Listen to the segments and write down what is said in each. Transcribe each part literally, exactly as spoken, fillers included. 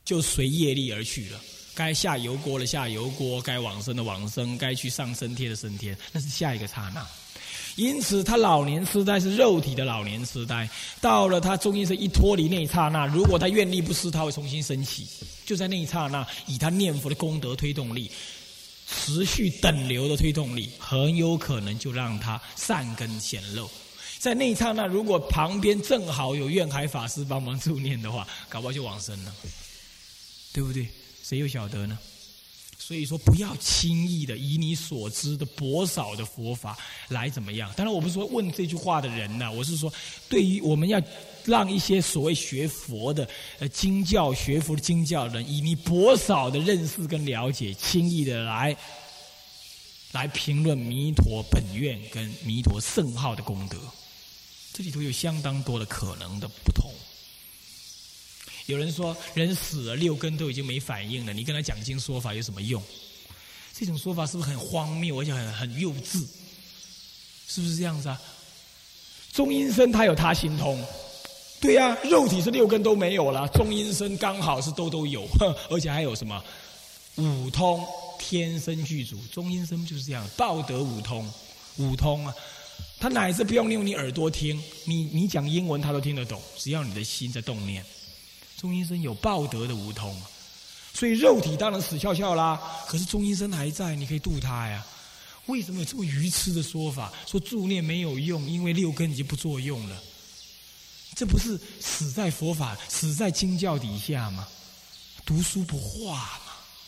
就随业力而去了。该下油锅的下油锅，该往生的往生，该去上升天的升天，那是下一个刹那。因此他老年痴呆是肉体的老年痴呆，到了他中阴身一脱离那一刹那，如果他愿力不失，他会重新升起，就在那一刹那，以他念佛的功德推动力，持续等流的推动力，很有可能就让他善根显露。在那一刹那，如果旁边正好有愿海法师帮忙助念的话，搞不好就往生了，对不对？谁又晓得呢？所以说，不要轻易的以你所知的薄少的佛法来怎么样。当然，我不是说问这句话的人呢，我是说，对于我们要让一些所谓学佛的、呃经教学佛的经教的人，以你薄少的认识跟了解，轻易的来来评论弥陀本愿跟弥陀圣号的功德，这里头有相当多的可能的不同。有人说人死了六根都已经没反应了，你跟他讲经说法有什么用？这种说法是不是很荒谬而且很很幼稚？是不是这样子啊？中阴身他有他心通，对啊，肉体是六根都没有了，中阴身刚好是都都有，而且还有什么五通天生具足，中阴身就是这样，报得五通，五通啊，他乃至不用用你耳朵听，你你讲英文他都听得懂，只要你的心在动念。中阴身有报德的无通，所以肉体当然死翘翘啦，可是中阴身还在，你可以度他呀。为什么有这么愚痴的说法？说助念没有用，因为六根已经不作用了。这不是死在佛法、死在经教底下吗？读书不化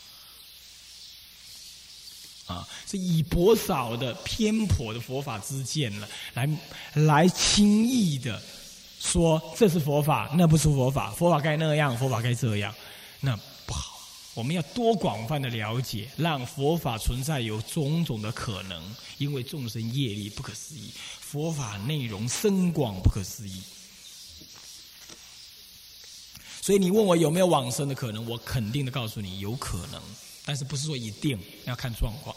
嘛。啊，是以薄少的偏颇的佛法之见了，来来轻易的。说这是佛法，那不是佛法，佛法该那样，佛法该这样，那不好。我们要多广泛的了解，让佛法存在有种种的可能，因为众生业力不可思议，佛法内容深广不可思议。所以你问我有没有往生的可能，我肯定的告诉你有可能，但是不是说一定，要看状况。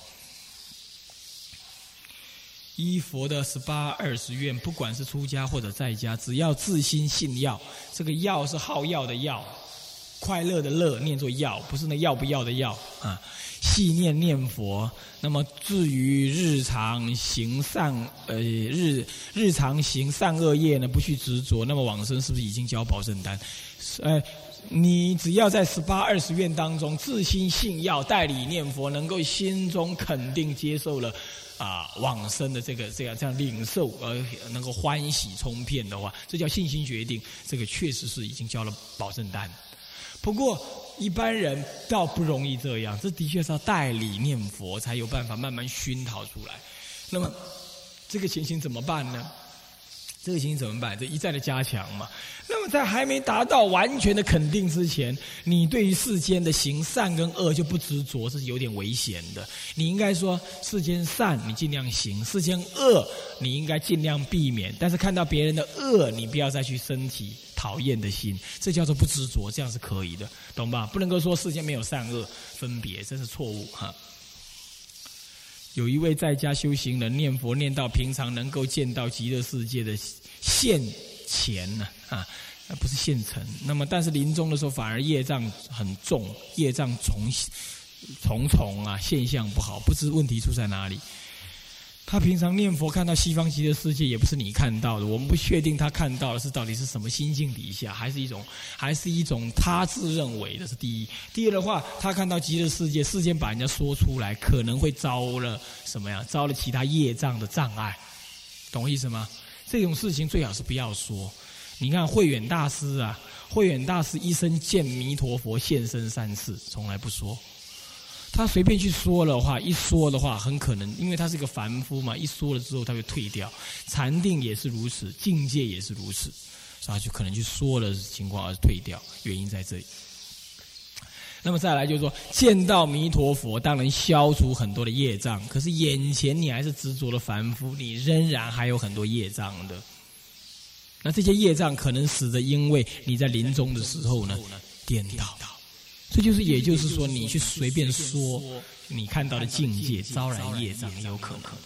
依佛的十八二十愿，不管是出家或者在家，只要自心信要，这个要是好药的药，快乐的乐念作要，不是那要不要的要啊。细念念佛，那么至于日常行善呃日日常行善恶业呢，不去执着，那么往生是不是已经交保证单？呃，你只要在十八二十愿当中自心信要，代理念佛，能够心中肯定接受了。啊，往生的这个这样这样领受而能够欢喜冲遍的话，这叫信心决定。这个确实是已经交了保证单。不过一般人倒不容易这样，这的确是要代理念佛才有办法慢慢熏陶出来。那么这个情形怎么办呢？这个情形怎么办？这一再的加强嘛。那么在还没达到完全的肯定之前，你对于世间的行善跟恶就不执着，是有点危险的。你应该说世间善你尽量行，世间恶你应该尽量避免，但是看到别人的恶你不要再去升起讨厌的心，这叫做不执着，这样是可以的，懂吧？不能够说世间没有善恶分别，这是错误哈。有一位在家修行人念佛念到平常能够见到极乐世界的现前呢啊，不是现成。那么但是临终的时候反而业障很重，业障重重重啊，现象不好，不知问题出在哪里。他平常念佛看到西方极乐世界也不是你看到的，我们不确定他看到的是到底是什么心境底下，还是一种还是一种他自认为的是第一。第二的话，他看到极乐世界，事先把人家说出来，可能会招了什么呀？招了其他业障的障碍，懂我意思吗？这种事情最好是不要说。你看慧远大师啊，慧远大师一生见弥陀佛现身三次，从来不说。他随便去说的话，一说的话，很可能因为他是个凡夫嘛，一说了之后他会退掉。禅定也是如此，境界也是如此，所以他就可能去说了情况而退掉，原因在这里。那么再来就是说，见到弥陀佛当然消除很多的业障，可是眼前你还是执着的凡夫，你仍然还有很多业障的。那这些业障可能使得因为你在临终的时候呢颠倒。这就是，也就是说，你去随便说你看到的境界，招来业障也有可能。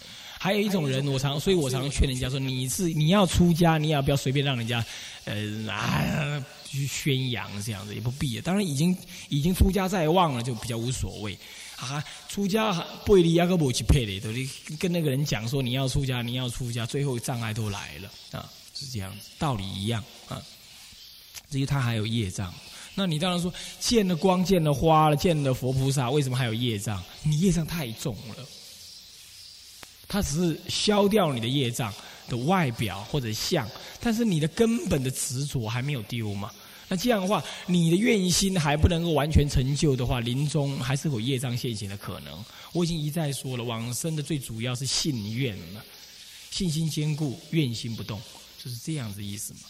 还有一种人，我常，所以我常劝人家说，你是你要出家，你也不要随便让人家，呃啊去宣扬这样子，也不必。当然已经已经出家在望了，就比较无所谓啊。出家背离那个不去配的，都跟那个人讲说你要出家，你要出家，最后障碍都来了啊，是这样子，道理一样啊。至于他还有业障。那你当然说见了光见了花了见了佛菩萨，为什么还有业障？你业障太重了，它只是消掉你的业障的外表或者相，但是你的根本的执着还没有丢嘛。那这样的话，你的愿心还不能够完全成就的话，临终还是有业障现行的可能。我已经一再说了，往生的最主要是信愿嘛，信心坚固，愿心不动，就是这样子意思嘛。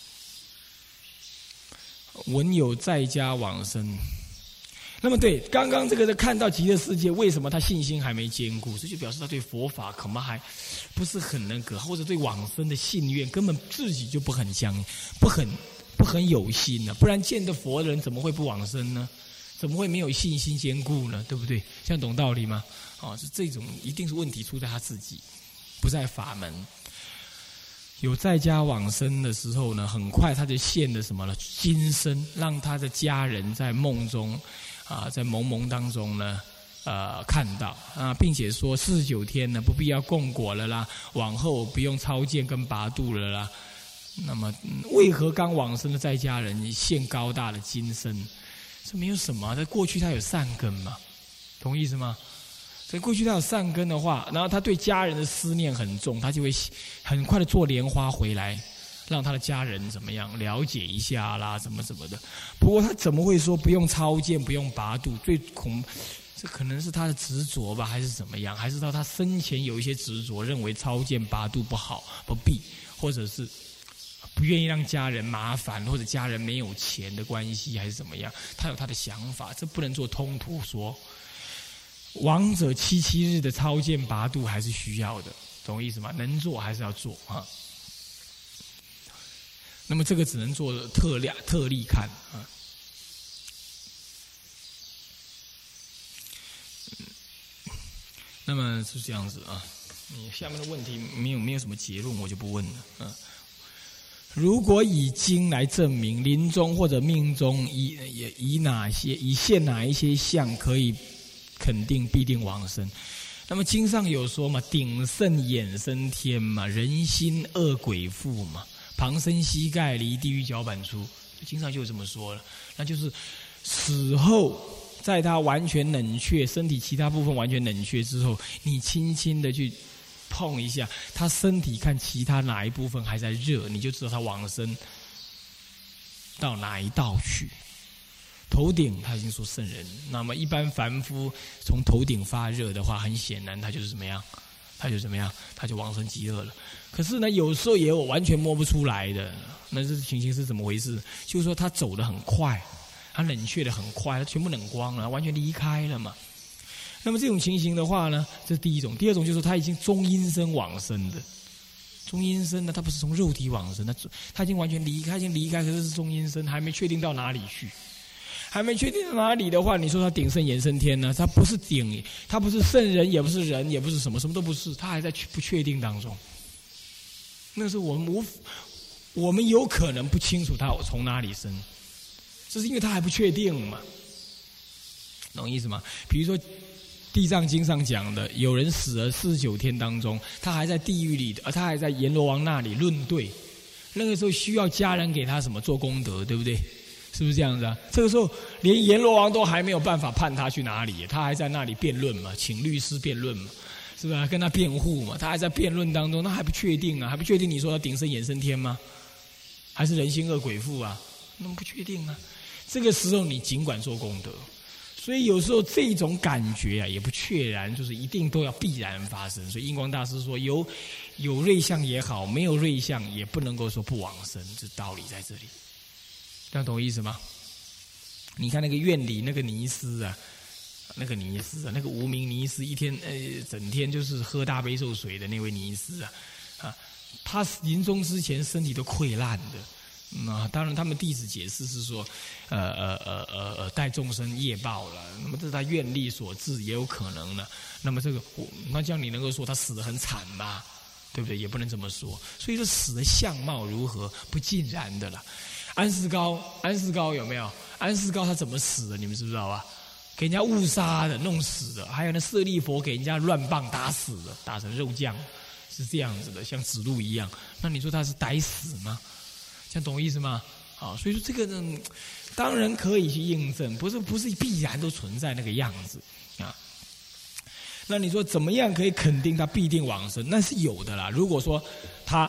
闻有在家往生，那么对，刚刚这个的看到极乐世界，为什么他信心还没坚固？这就表示他对佛法恐怕还不是很那个，或者对往生的信愿根本自己就不很相，不很不很有心呢。不然见得佛的人怎么会不往生呢？怎么会没有信心坚固呢？对不对？这样懂道理吗？哦，是这种一定是问题出在他自己，不在法门。有在家往生的时候呢，很快他就现了什么了？金身，让他的家人在梦中，啊，在蒙蒙当中呢，呃，看到啊，并且说四十九天呢，不必要供果了啦，往后不用超荐跟拔度了啦。那么，嗯、为何刚往生的在家人现高大的金身？这没有什么、啊，在过去他有善根嘛，懂意思吗？所以过去他有善根的话，然后他对家人的思念很重，他就会很快的做莲花回来，让他的家人怎么样了解一下啦，怎么怎么的。不过他怎么会说不用超荐，不用拔度？最恐，这可能是他的执着吧，还是怎么样？还是到他生前有一些执着，认为超荐拔度不好，不必，或者是不愿意让家人麻烦，或者家人没有钱的关系，还是怎么样？他有他的想法，这不能做通途说。亡者七七日的超荐拔度还是需要的，懂我意思吗？能做还是要做啊。那么这个只能做特例特例看啊。那么是这样子啊。你下面的问题没有没有什么结论，我就不问了啊。如果以经来证明临终或者命中以以哪些以现哪一些相可以肯定必定往生，那么经上有说嘛，鼎盛衍生天嘛，人心恶鬼附嘛，旁生膝盖离地狱脚板出，经上就这么说了。那就是死后，在他完全冷却，身体其他部分完全冷却之后，你轻轻的去碰一下他身体，看其他哪一部分还在热，你就知道他往生到哪一道去。头顶他已经说圣人，那么一般凡夫从头顶发热的话，很显然他就是怎么样，他就怎么样，他就往生极乐了。可是呢，有时候也有完全摸不出来的，那这情形是怎么回事？就是说他走得很快，他冷却得很快，他全部冷光了，完全离开了嘛。那么这种情形的话呢，这是第一种。第二种就是他已经中阴身往生的。中阴身呢，他不是从肉体往生，他他已经完全离开，已经离开，可是是中阴身，还没确定到哪里去。还没确定到哪里的话，你说他鼎盛衍生天呢？他不是鼎，他不是圣人，也不是人，也不是什么，什么都不是，他还在不确定当中。那是我们无，我们有可能不清楚他从哪里生，这是因为他还不确定嘛，懂意思吗？比如说《地藏经》上讲的，有人死了四十九天当中，他还在地狱里，而他还在阎罗王那里论对，那个时候需要家人给他什么做功德，对不对？是不是这样子啊？这个时候连阎罗王都还没有办法判他去哪里，他还在那里辩论嘛，请律师辩论嘛，是吧？跟他辩护嘛，他还在辩论当中，那还不确定啊，还不确定你说他鼎盛衍生天吗？还是人心恶鬼附啊？那么不确定啊。这个时候你尽管做功德，所以有时候这种感觉啊，也不确然就是一定都要必然发生。所以印光大师说，有有瑞相也好，没有瑞相也不能够说不往生，这道理在这里。这样懂我意思吗？你看那个院里那个尼斯啊，那个尼斯啊，那个无名尼斯，一天呃整天就是喝大悲咒水的那位尼斯啊，啊，他临终之前身体都溃烂的。嗯啊，当然他们弟子解释是说，呃呃呃呃呃， 带众生业报了，那么这是他愿力所致，也有可能呢。那么这个，那这样你能够说他死得很惨吗？对不对？也不能这么说。所以说死的相貌如何，不尽然的了。安世高，安世高有没有？安世高他怎么死的？你们知不知道啊？给人家误杀的，弄死的。还有那舍利佛给人家乱棒打死的，打成肉酱，是这样子的，像指路一样。那你说他是逮死吗？这样懂我意思吗？啊，所以说这个呢，当然可以去印证，不是不是必然都存在那个样子啊。那你说怎么样可以肯定他必定往生？那是有的啦。如果说他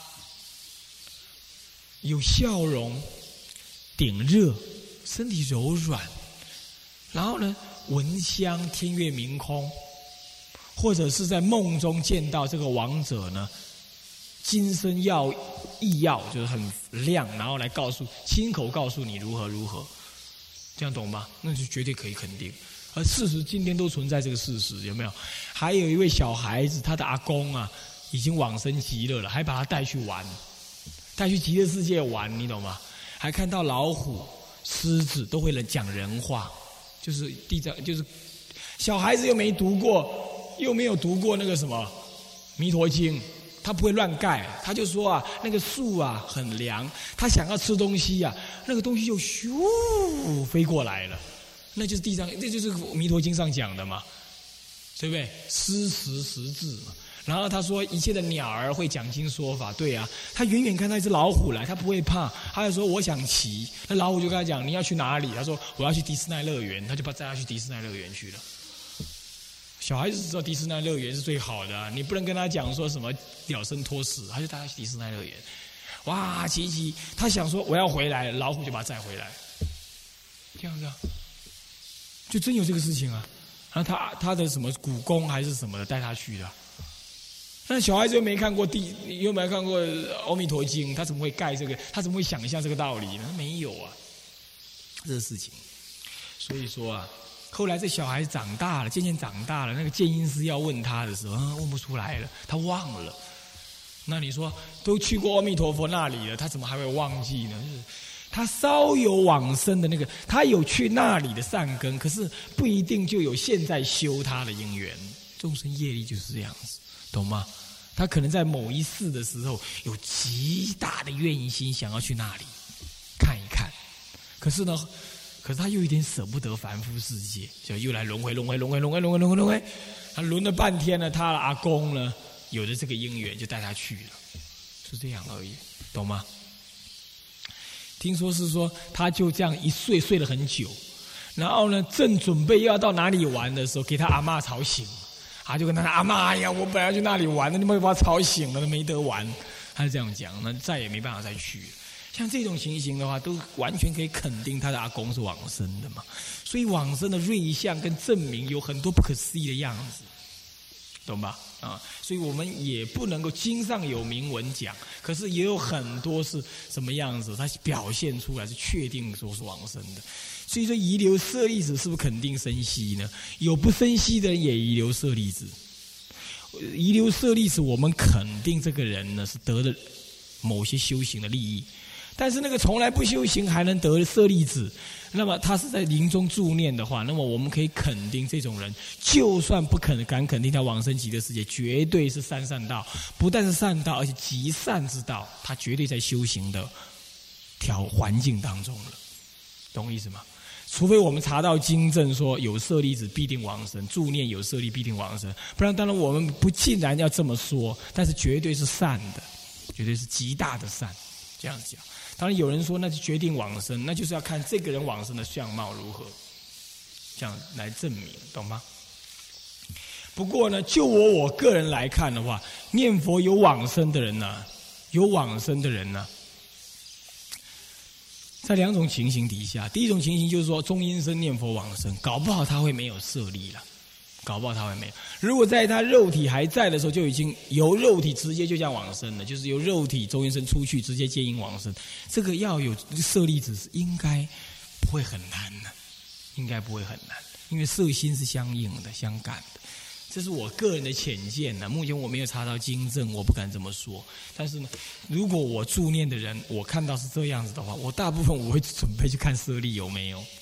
有笑容、顶热、身体柔软，然后呢闻香、天月明空，或者是在梦中见到这个亡者呢，金身耀异耀，就是很亮，然后来告诉亲口告诉你如何如何，这样懂吗？那就绝对可以肯定。而事实今天都存在这个事实，有没有？还有一位小孩子，他的阿公啊，已经往生极乐了，还把他带去玩，带去极乐世界玩，你懂吗？还看到老虎、狮子都会讲人话，就是地藏，就是小孩子又没读过，又没有读过那个什么《弥陀经》，他不会乱盖，他就说啊，那个树啊很凉，他想要吃东西啊，那个东西就咻飞过来了。那就是地藏，这就是《弥陀经》上讲的嘛，对不对？施食食智嘛。然后他说，一切的鸟儿会讲经说法，对啊。他远远看到一只老虎来，他不会怕，他就说我想骑。那老虎就跟他讲，你要去哪里？他说我要去迪士尼乐园，他就把带他去迪士尼乐园去了。小孩子知道迪士尼乐园是最好的、啊，你不能跟他讲说什么鸟生托死，他就带他去迪士尼乐园。哇，骑骑，他想说我要回来，老虎就把他载回来，这样子啊。就真有这个事情啊！然后他他的什么古公还是什么的带他去的，那小孩子又没看过地，又没看过《阿弥陀经》，他怎么会盖这个？他怎么会想象这个道理呢？没有啊，这个事情。所以说啊，后来这小孩子长大了，渐渐长大了，那个见阴师要问他的时候，啊，问不出来了，他忘了。那你说都去过阿弥陀佛那里了，他怎么还会忘记呢？就是他稍有往生的那个，他有去那里的善根，可是不一定就有现在修他的因缘。众生业力就是这样子，懂吗？他可能在某一世的时候有极大的愿意心，想要去那里看一看，可是呢，可是他又有点舍不得凡夫世界，就又来轮回、轮回、轮回、轮回、轮回、轮回、轮回。他轮了半天呢，他的阿公呢，有了这个因缘，就带他去了，是这样而已，懂吗？听说是说，他就这样一睡睡了很久，然后呢，正准备要到哪里玩的时候，给他阿嬷吵醒，他就跟他说：“阿嬷，哎呀，我本来要去那里玩的，你们把我吵醒了，没得玩。”他就这样讲，那再也没办法再去了。像这种情形的话，都完全可以肯定他的阿公是往生的嘛。所以往生的瑞相跟证明有很多不可思议的样子，懂吧？啊，所以我们也不能够经上有明文讲，可是也有很多是什么样子，它表现出来是确定说是往生的。所以说遗留舍利子是不是肯定生息呢？有不生息的人也遗留舍利子，遗留舍利子，我们肯定这个人呢是得了某些修行的利益。但是那个从来不修行还能得舍利子，那么他是在临终助念的话，那么我们可以肯定这种人，就算不肯敢肯定他往生极乐世界，绝对是三善道，不但是善道，而且极善之道，他绝对在修行的条环境当中了，懂我意思吗？除非我们查到经证说有舍利子必定往生，助念有舍利必定往生，不然当然我们不尽然要这么说，但是绝对是善的，绝对是极大的善，这样讲。当然有人说那就决定往生，那就是要看这个人往生的相貌如何，这样来证明，懂吗？不过呢，就我我个人来看的话，念佛有往生的人呢、啊，有往生的人呢、啊，在两种情形底下，第一种情形就是说中阴身念佛往生，搞不好他会没有舍利了。搞不好他会没有。如果在他肉体还在的时候，就已经由肉体直接就这样往生了，就是由肉体中阴身出去，直接接引往生。这个要有舍利子，应该不会很难的，应该不会很难，因为色心是相应的、相感的。这是我个人的浅见呢。目前我没有查到经证，我不敢这么说。但是呢，如果我助念的人，我看到是这样子的话，我大部分我会准备去看舍利有没有。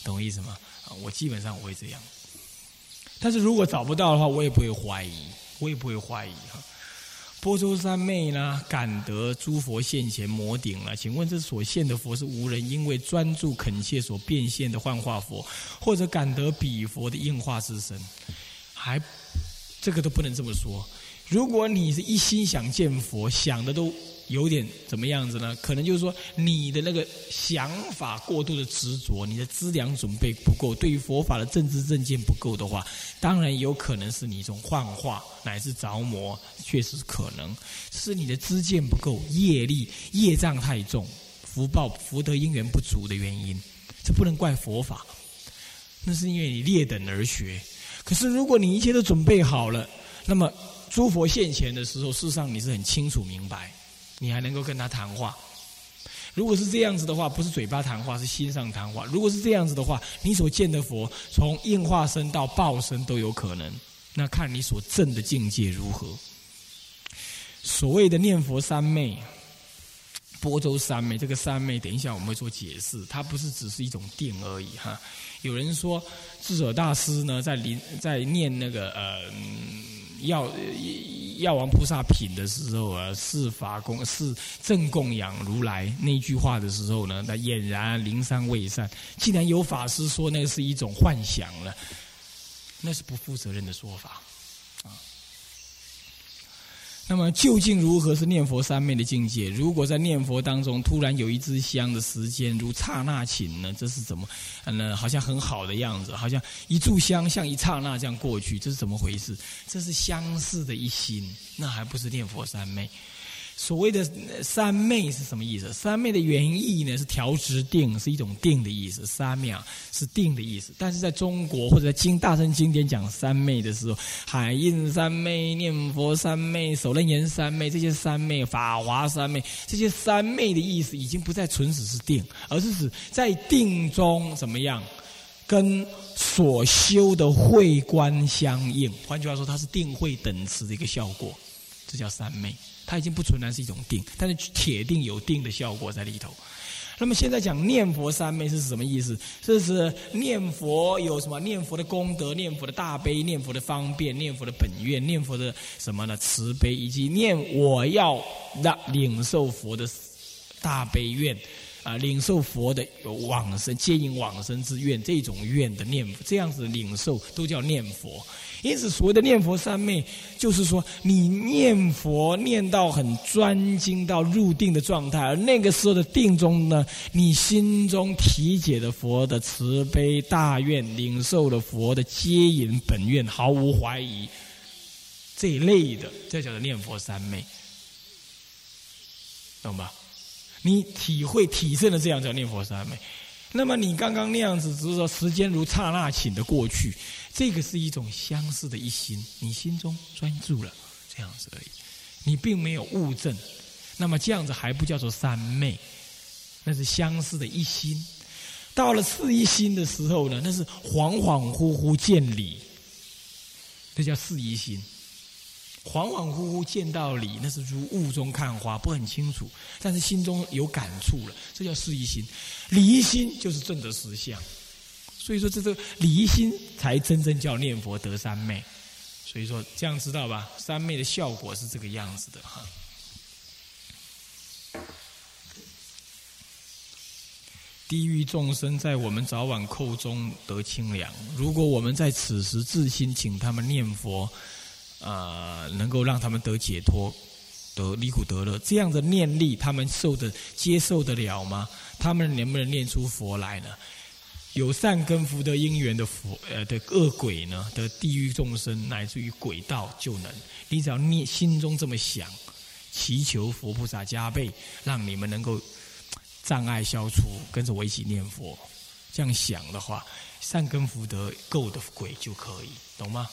懂我意思吗？啊，我基本上我会这样。但是如果找不到的话，我也不会怀疑，我也不会怀疑哈。波州三昧呢，感得诸佛现前摩顶了。请问这所现的佛是无人因为专注恳切所变现的幻化佛，或者感得彼佛的应化之身？还这个都不能这么说。如果你是一心想见佛，想的都有点怎么样子呢？可能就是说你的那个想法过度的执着，你的资粮准备不够，对于佛法的正知正见不够的话，当然有可能是你一种幻化乃至着魔，确实可能是你的知见不够，业力业障太重，福报福德因缘不足的原因。这不能怪佛法，那是因为你劣等而学。可是如果你一切都准备好了，那么诸佛现前的时候，事实上你是很清楚明白，你还能够跟他谈话。如果是这样子的话，不是嘴巴谈话，是心上谈话。如果是这样子的话，你所见的佛，从应化身到报身都有可能。那看你所证的境界如何。所谓的念佛三昧，波州三昧，这个三昧，等一下我们会做解释，它不是只是一种定而已哈。有人说，智者大师呢，在临在念那个呃。药药王菩萨品的时候啊，是法供是正供养如来那句话的时候呢，那俨然灵山未散。既然有法师说那是一种幻想了，那是不负责任的说法啊。那么究竟如何是念佛三昧的境界？如果在念佛当中突然有一支香的时间如刹那顷呢，这是怎么？呃，好像很好的样子，好像一炷香像一刹那这样过去，这是怎么回事？这是相似的一心，那还不是念佛三昧？所谓的三昧是什么意思？三昧的原意呢是调直定，是一种定的意思。三昧是定的意思，但是在中国或者在经大乘经典讲三昧的时候，海印三昧、念佛三昧、首楞严三昧，这些三昧、法华三昧，这些三昧的意思已经不再纯只是定，而是指在定中怎么样跟所修的慧观相应。换句话说，它是定慧等持的一个效果，这叫三昧。它已经不纯然是一种定，但是铁定有定的效果在里头。那么现在讲念佛三昧是什么意思？这是念佛有什么？念佛的功德，念佛的大悲，念佛的方便，念佛的本愿，念佛的什么呢？慈悲，以及念我要让领受佛的大悲愿啊，领受佛的往生接引往生之愿，这种愿的念佛，这样子的领受都叫念佛。因此所谓的念佛三昧，就是说你念佛念到很专精到入定的状态，而那个时候的定中呢，你心中体解的佛的慈悲大愿，领受了佛的接引本愿，毫无怀疑，这一类的，这叫做念佛三昧，懂吧？你体会体证的这样叫念佛三昧。那么你刚刚那样子只是说时间如刹那顷的过去，这个是一种相似的一心，你心中专注了这样子而已，你并没有悟证。那么这样子还不叫做三昧，那是相似的一心。到了四一心的时候呢，那是恍恍惚惚见理，这叫四一心。恍恍惚惚见到理，那是如雾中看花，不很清楚，但是心中有感触了，这叫四一心。理一心就是证得实相，所以说这个理一心才真正叫念佛得三昧。所以说这样知道吧？三昧的效果是这个样子的哈。地狱众生在我们早晚扣中得清凉，如果我们在此时自心请他们念佛，呃，能够让他们得解脱，得离苦得乐，这样的念力，他们受的接受得了吗？他们能不能念出佛来呢？有善根福德因缘的佛呃的恶鬼呢，的地狱众生乃至于鬼道就能。你只要念心中这么想，祈求佛菩萨加倍，让你们能够障碍消除，跟着我一起念佛。这样想的话，善根福德够的鬼就可以，懂吗？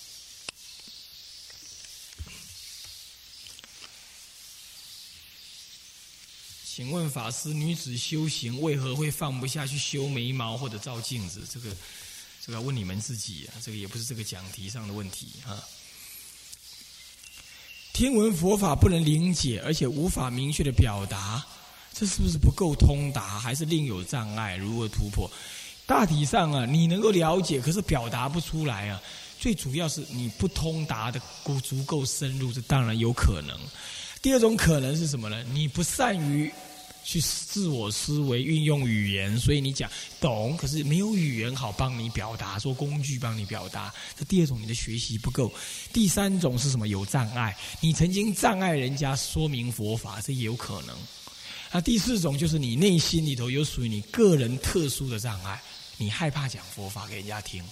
请问法师，女子修行为何会放不下去修眉毛或者照镜子？这个，这个要问你们自己啊，这个也不是这个讲题上的问题啊。听闻佛法不能理解，而且无法明确的表达，这是不是不够通达，还是另有障碍？如何突破？ 大体上啊，你能够了解，可是表达不出来啊。最主要是你不通达的够足够深入，这当然有可能。第二种可能是什么呢？你不善于去自我思维运用语言，所以你讲懂，可是没有语言好帮你表达，做工具帮你表达。这第二种，你的学习不够。第三种是什么？有障碍，你曾经障碍人家说明佛法，这也有可能。那第四种就是你内心里头有属于你个人特殊的障碍，你害怕讲佛法给人家听。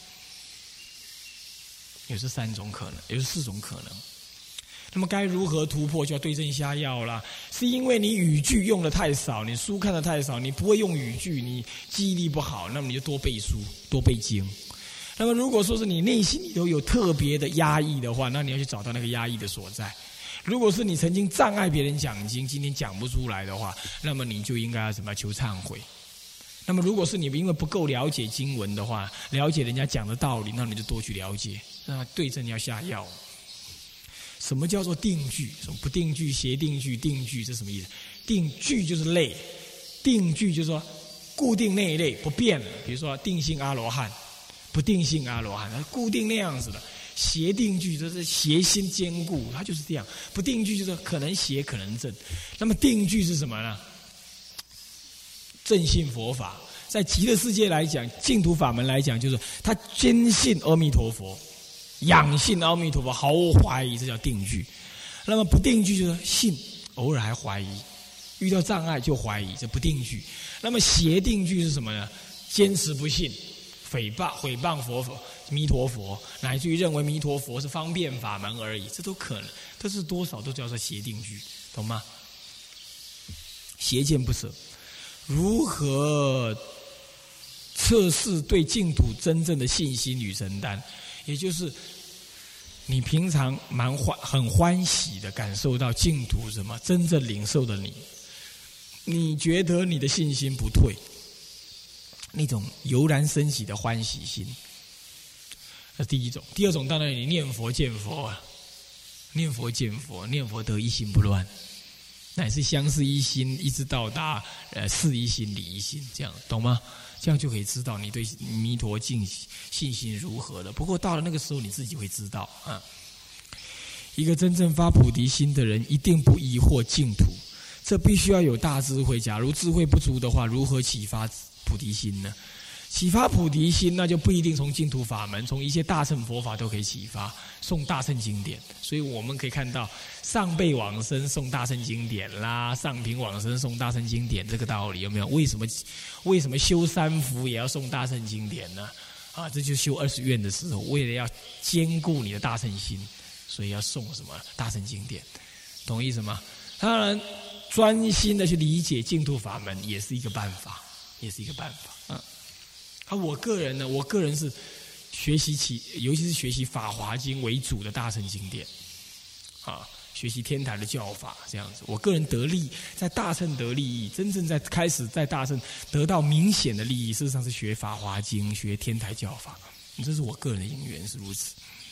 有这三种可能，有这四种可能。那么该如何突破？就要对症下药啦。是因为你语句用的太少，你书看的太少，你不会用语句，你记忆力不好，那么你就多背书，多背经。那么如果说是你内心里头有特别的压抑的话，那你要去找到那个压抑的所在。如果是你曾经障碍别人讲经，今天讲不出来的话，那么你就应该要怎么求忏悔。那么如果是你因为不够了解经文的话，了解人家讲的道理，那你就多去了解。那对症要下药。什么叫做定句？什么不定句、邪定句、定句，这是什么意思？定句就是类，定句就是说固定那一类不变的，比如说定性阿罗汉、不定性阿罗汉，它固定那样子的。邪定句就是邪心坚固，它就是这样。不定句就是可能邪可能正。那么定句是什么呢？正信佛法，在极乐世界来讲，净土法门来讲，就是他坚信阿弥陀佛。仰信阿弥陀佛，毫无怀疑，这叫定句。那么不定句就是信，偶尔还怀疑，遇到障碍就怀疑，这不定句。那么邪定句是什么呢？坚持不信，诽谤诽谤佛佛弥陀佛，乃至于认为弥陀佛是方便法门而已，这都可能。这是多少都叫做邪定句，懂吗？邪见不舍，如何测试对净土真正的信心与承担？也就是你平常蛮欢很欢喜的感受到净土什么真正领受的你，你觉得你的信心不退，那种油然升起的欢喜心，这第一种。第二种当然你念佛见佛啊，念佛见佛，念佛得一心不乱，乃是相似一心，一直到达呃事一心理一心，这样懂吗？这样就可以知道你对弥陀净信心如何了。不过到了那个时候，你自己会知道啊。一个真正发菩提心的人，一定不疑惑净土，这必须要有大智慧。假如智慧不足的话，如何启发菩提心呢？启发菩提心，那就不一定从净土法门，从一些大乘佛法都可以启发。诵大乘经典，所以我们可以看到上辈往生诵大乘经典啦，上品往生诵大乘经典，这个道理有没有？为什么为什么修三福也要诵大乘经典呢？啊，这就修二十愿的时候，为了要兼顾你的大乘心，所以要诵什么大乘经典，懂意思吗？当然，专心的去理解净土法门也是一个办法，也是一个办法啊。啊，我个人呢，我个人是学习起，尤其是学习《法华经》为主的大乘经典，啊，学习天台的教法这样子。我个人得利，在大乘得利益，真正在开始在大乘得到明显的利益，事实上是学《法华经》、学天台教法，这是我个人的因缘是如此。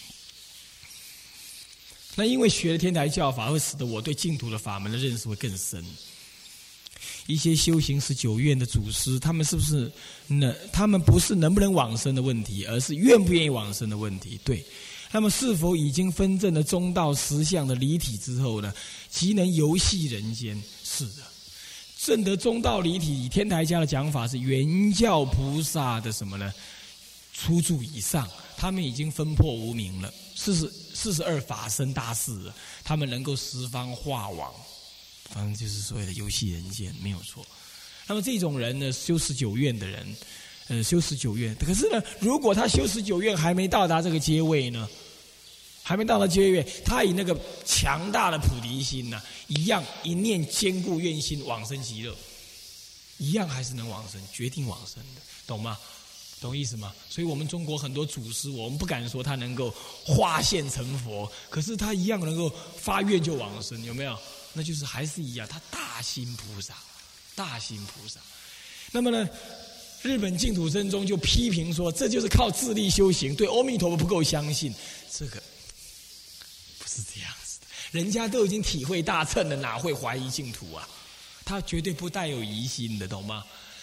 那因为学了天台教法，会使得我对净土的法门的认识会更深。一些修行十九愿的祖师，他们是不是能？他们不是能不能往生的问题，而是愿不愿意往生的问题。对，那么是否已经分证了中道实相的离体之后呢？即能游戏人间？是的，证得中道离体，以天台家的讲法是原教菩萨的什么呢？初住以上，他们已经分破无明了，四十四十二法身大士了，他们能够十方化网。反正就是所谓的游戏人间，没有错。那么这种人呢，修十九愿的人，呃，修十九愿，可是呢，如果他修十九愿还没到达这个阶位呢，还没到达阶位，他以那个强大的菩提心呢、啊，一样一念坚固愿心往生极乐，一样还是能往生，决定往生的，懂吗？懂意思吗？所以我们中国很多祖师，我们不敢说他能够化现成佛，可是他一样能够发愿就往生，有没有？那就是还是一样，他大心菩萨，大心菩萨。那么呢，日本净土真宗就批评说，这就是靠自力修行，对阿弥陀佛不够相信。这个不是这样子的，人家都已经体会大乘了，哪会怀疑净土啊？他绝对不带有疑心的，懂吗？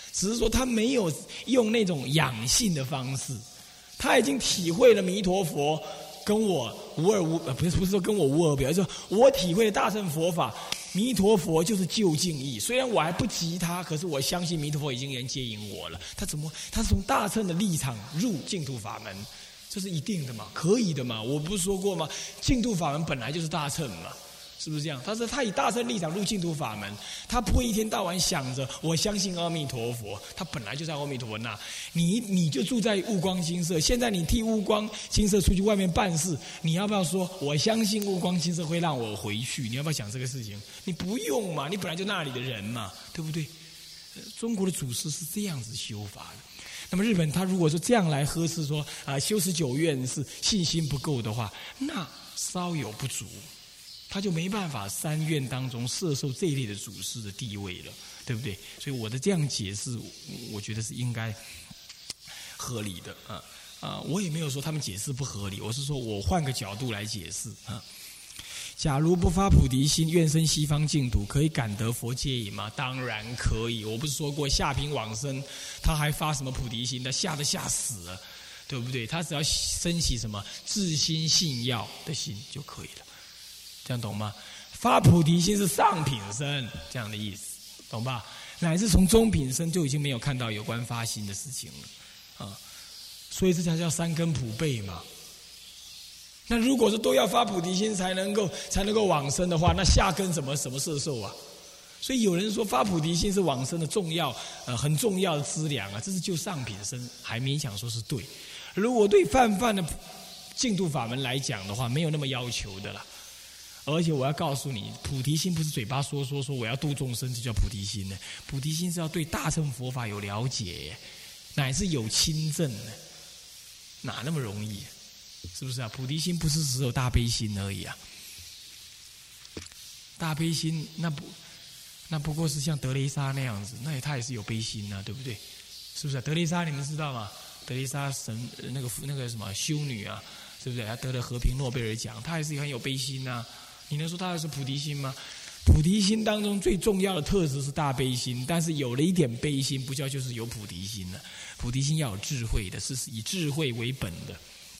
只是说他没有用那种养性的方式，他已经体会了弥陀佛跟我无二无，不是不是说跟我无二别，而是说我体会了大乘佛法，弥陀佛就是究竟义。虽然我还不及他，可是我相信弥陀佛已经能接引我了。他怎么？他是从大乘的立场入净土法门，这是一定的嘛？可以的嘛？我不是说过吗？净土法门本来就是大乘嘛。是不是这样？他说他以大乘立场入净土法门，他不会一天到晚想着我相信阿弥陀佛，他本来就在阿弥陀佛那。你你就住在悟光精舍，现在你替悟光精舍出去外面办事，你要不要说我相信悟光精舍会让我回去？你要不要想这个事情？你不用嘛，你本来就那里的人嘛，对不对？中国的祖师是这样子修法的。那么日本他如果说这样来呵斥说啊，修十九愿是信心不够的话，那稍有不足。他就没办法三愿当中摄受这一类的祖师的地位了，对不对？所以我的这样解释，我觉得是应该合理的啊啊！我也没有说他们解释不合理，我是说我换个角度来解释啊。假如不发菩提心，愿生西方净土，可以感得佛接引吗？当然可以。我不是说过下品往生，他还发什么菩提心？他吓得吓死了，对不对？他只要升起什么至心信要的心就可以了。这样懂吗？发菩提心是上品身，这样的意思，懂吧？乃至从中品身就已经没有看到有关发心的事情了，啊，所以这才叫三根普被嘛。那如果是都要发菩提心才能够才能够往生的话，那下根怎么什么摄受啊？所以有人说发菩提心是往生的重要呃很重要的资粮啊，这是就上品身，还勉强说是对。如果对泛泛的净土法门来讲的话，没有那么要求的啦。而且我要告诉你，菩提心不是嘴巴说说说我要度众生就叫菩提心呢。菩提心是要对大乘佛法有了解，乃至有亲证呢，哪那么容易？是不是啊？菩提心不是只有大悲心而已啊。大悲心那不那不过是像德雷莎那样子，那也他也是有悲心啊，对不对？是不是啊？德雷莎你们知道吗？德雷莎神那个那个什么修女啊，是不是？她得了和平诺贝尔奖，她还是很有悲心啊。你能说他是菩提心吗？菩提心当中最重要的特质是大悲心，但是有了一点悲心，不叫就是有菩提心了。菩提心要有智慧的，是以智慧为本的。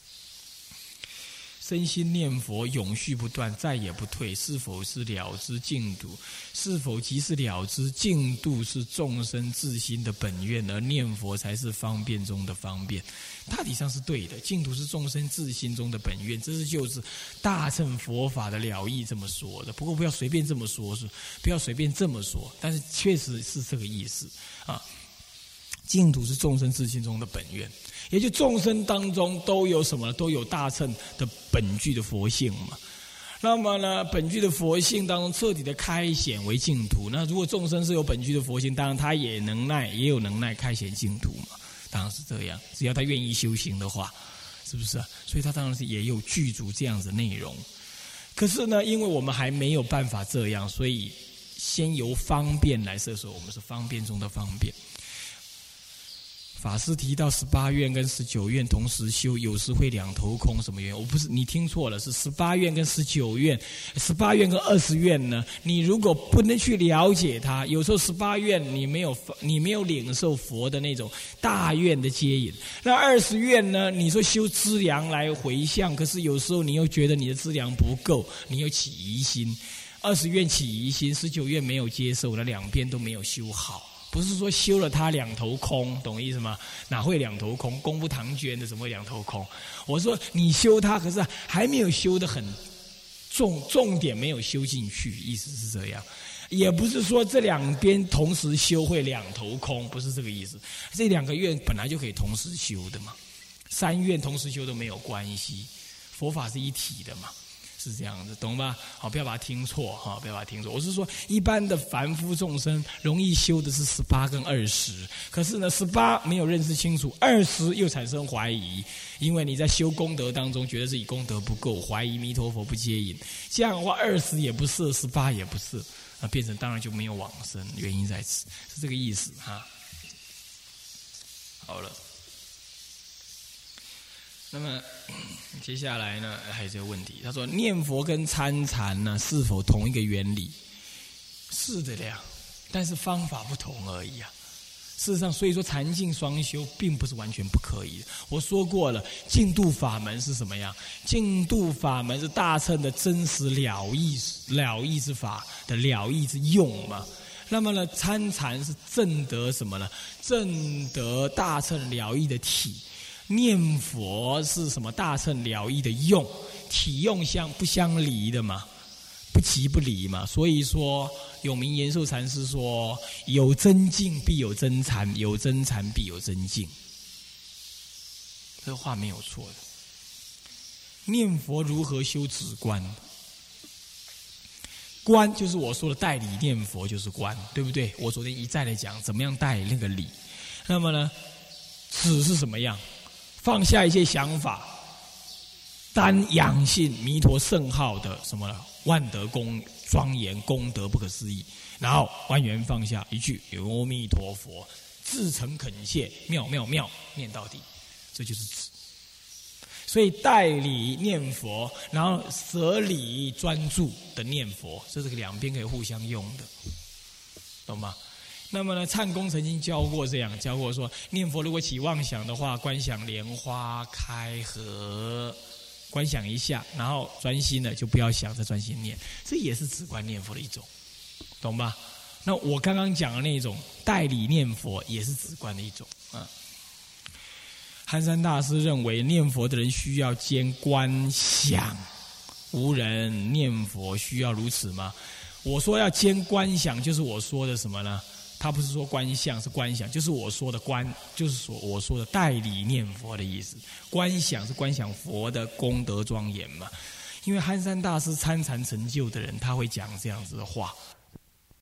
身心念佛，永续不断，再也不退，是否是了知净土？是否即是了知净土是众生自心的本愿，而念佛才是方便中的方便？大体上是对的，净土是众生自心中的本愿，这是就是大乘佛法的了义这么说的。不过不要随便这么说，是不要随便这么说，但是确实是这个意思啊。净土是众生自心中的本愿，也就众生当中都有什么？都有大乘的本具的佛性嘛。那么呢，本具的佛性当中彻底的开显为净土。那如果众生是有本具的佛性，当然他也能耐，也有能耐开显净土嘛。当然是这样，只要他愿意修行的话，是不是啊？所以他当然是也有具足这样子内容。可是呢，因为我们还没有办法这样，所以先由方便来摄受，我们是方便中的方便。法师提到十八愿跟十九愿同时修，有时会两头空，什么原因？我不是你听错了，是十八愿跟十九愿，十八愿跟二十愿呢？你如果不能去了解它，有时候十八愿你没有你没有领受佛的那种大愿的接引，那二十愿呢？你说修资粮来回向，可是有时候你又觉得你的资粮不够，你又起疑心。二十愿起疑心，十九愿没有接受，那两边都没有修好。不是说修了它两头空，懂意思吗？哪会两头空？功夫唐捐的怎么会两头空？我说你修它，可是还没有修得很重，重点没有修进去，意思是这样。也不是说这两边同时修会两头空，不是这个意思。这两个愿本来就可以同时修的嘛，三愿同时修都没有关系，佛法是一体的嘛。是这样子，懂吧？好，不要把它听错哈，不要把它听错。我是说，一般的凡夫众生容易修的是十八跟二十，可是呢，十八没有认识清楚，二十又产生怀疑，因为你在修功德当中觉得自己功德不够，怀疑弥陀佛不接引，这样的话，二十也不是，十八也不是，那变成当然就没有往生，原因在此，是这个意思哈。好了。那么接下来呢，还有这个问题，他说念佛跟参禅呢是否同一个原理？是的呀，但是方法不同而已啊。 事实上，所以说禅净双修并不是完全不可以的。我说过了，净土法门是什么样？净土法门是大乘的真实了义了义之法的了义之用嘛。那么呢，参禅是证得什么呢？证得大乘了义的体。念佛是什么？大乘了义的用，体用相不相离的嘛。不即不离嘛，所以说永明延寿禅师说：有真净必有真禅，有真禅必有真净。这话没有错的。念佛如何修止观？观就是我说的代理念佛，就是观，对不对？我昨天一再的讲怎么样代理那个理。那么呢，止是什么样？放下一些想法，单仰信弥陀圣号的什么呢？万德功庄严，功德不可思议，然后完全放下一句阿弥陀佛，至诚恳切，妙妙妙，念到底，这就是止。所以代理念佛，然后舍理专注的念佛，这是两边可以互相用的，懂吗？那么呢，忏公曾经教过这样，教过说，念佛如果起妄想的话，观想莲花开合。观想一下，然后专心的就不要想，再专心念，这也是止观念佛的一种，懂吧？那我刚刚讲的那种代理念佛也是止观的一种啊。憨山大师认为念佛的人需要兼观想，无人念佛需要如此吗？我说要兼观想，就是我说的什么呢？他不是说观相，是观想，就是我说的观，就是说我说的代理念佛的意思。观想是观想佛的功德庄严嘛。因为憨山大师参禅成就的人，他会讲这样子的话，